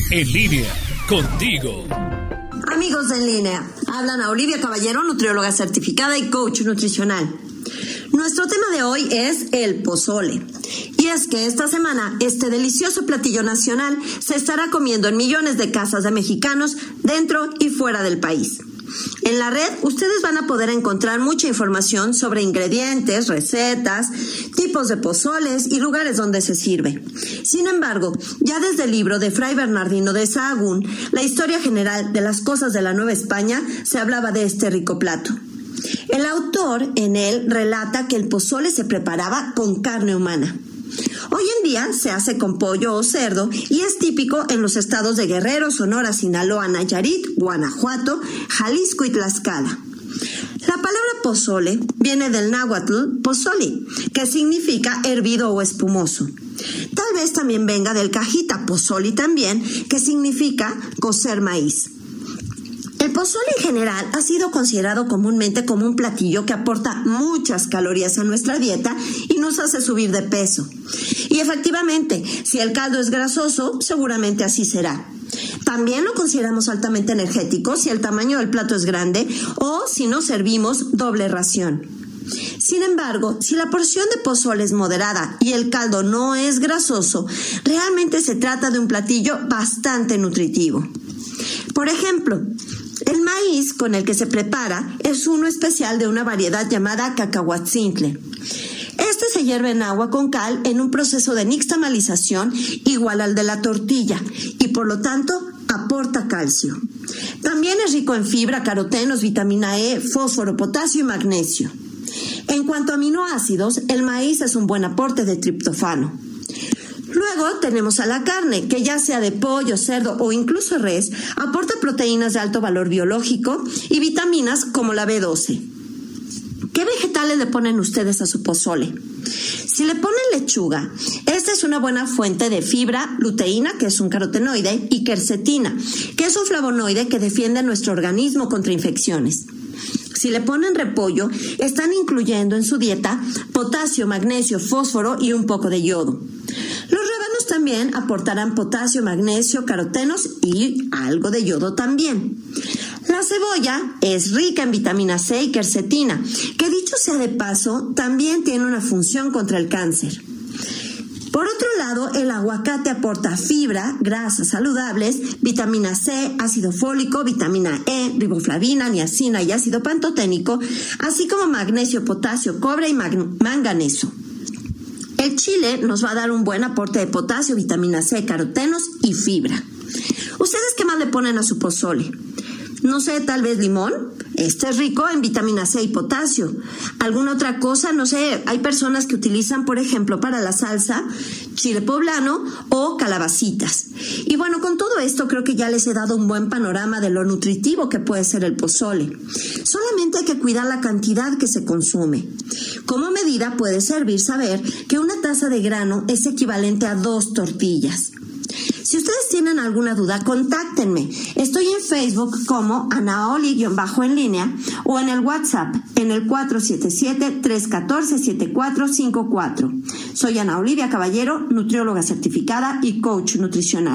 En línea, contigo. Amigos de En Línea, hablan a Olivia Caballero, nutrióloga certificada y coach nutricional. Nuestro tema de hoy es el pozole. Y es que esta semana este delicioso platillo nacional se estará comiendo en millones de casas de mexicanos dentro y fuera del país. En la red ustedes van a poder encontrar mucha información sobre ingredientes, recetas, tipos de pozoles y lugares donde se sirve. Sin embargo, ya desde el libro de Fray Bernardino de Sahagún, La historia general de las cosas de la Nueva España, se hablaba de este rico plato. El autor en él relata que el pozole se preparaba con carne humana. Hoy en día se hace con pollo o cerdo y es típico en los estados de Guerrero, Sonora, Sinaloa, Nayarit, Guanajuato, Jalisco y Tlaxcala. La palabra pozole viene del náhuatl pozoli, que significa hervido o espumoso. Tal vez también venga del cajita pozoli también, que significa cocer maíz. El pozole en general ha sido considerado comúnmente como un platillo que aporta muchas calorías a nuestra dieta y nos hace subir de peso. Y efectivamente, si el caldo es grasoso, seguramente así será. También lo consideramos altamente energético si el tamaño del plato es grande o si nos servimos doble ración. Sin embargo, si la porción de pozole es moderada y el caldo no es grasoso, realmente se trata de un platillo bastante nutritivo. Por ejemplo, el maíz con el que se prepara es uno especial de una variedad llamada cacahuatzintle. Este se hierve en agua con cal en un proceso de nixtamalización igual al de la tortilla y por lo tanto aporta calcio. También es rico en fibra, carotenos, vitamina E, fósforo, potasio y magnesio. En cuanto a aminoácidos, el maíz es un buen aporte de triptofano. Luego tenemos a la carne, que ya sea de pollo, cerdo o incluso res, aporta proteínas de alto valor biológico y vitaminas como la B12. ¿Qué vegetales le ponen ustedes a su pozole? Si le ponen lechuga, esta es una buena fuente de fibra, luteína, que es un carotenoide, y quercetina, que es un flavonoide que defiende a nuestro organismo contra infecciones. Si le ponen repollo, están incluyendo en su dieta potasio, magnesio, fósforo y un poco de yodo. Los rábanos también aportarán potasio, magnesio, carotenos y algo de yodo también. La cebolla es rica en vitamina C y quercetina, que dicho sea de paso, también tiene una función contra el cáncer. Por otro lado, el aguacate aporta fibra, grasas saludables, vitamina C, ácido fólico, vitamina E, riboflavina, niacina y ácido pantoténico, así como magnesio, potasio, cobre y manganeso. El chile nos va a dar un buen aporte de potasio, vitamina C, carotenos y fibra. ¿Ustedes qué más le ponen a su pozole? No sé, tal vez limón. Este es rico en vitamina C y potasio. ¿Alguna otra cosa? No sé, hay personas que utilizan, por ejemplo, para la salsa, chile poblano o calabacitas. Y bueno, con todo esto creo que ya les he dado un buen panorama de lo nutritivo que puede ser el pozole. Solamente hay que cuidar la cantidad que se consume. Como medida puede servir saber que una taza de grano es equivalente a 2 tortillas. Si ustedes tienen alguna duda, contáctenme. Estoy en Facebook como anaoli-en línea o en el WhatsApp en el 477-314-7454. Soy Ana Olivia Caballero, nutrióloga certificada y coach nutricional.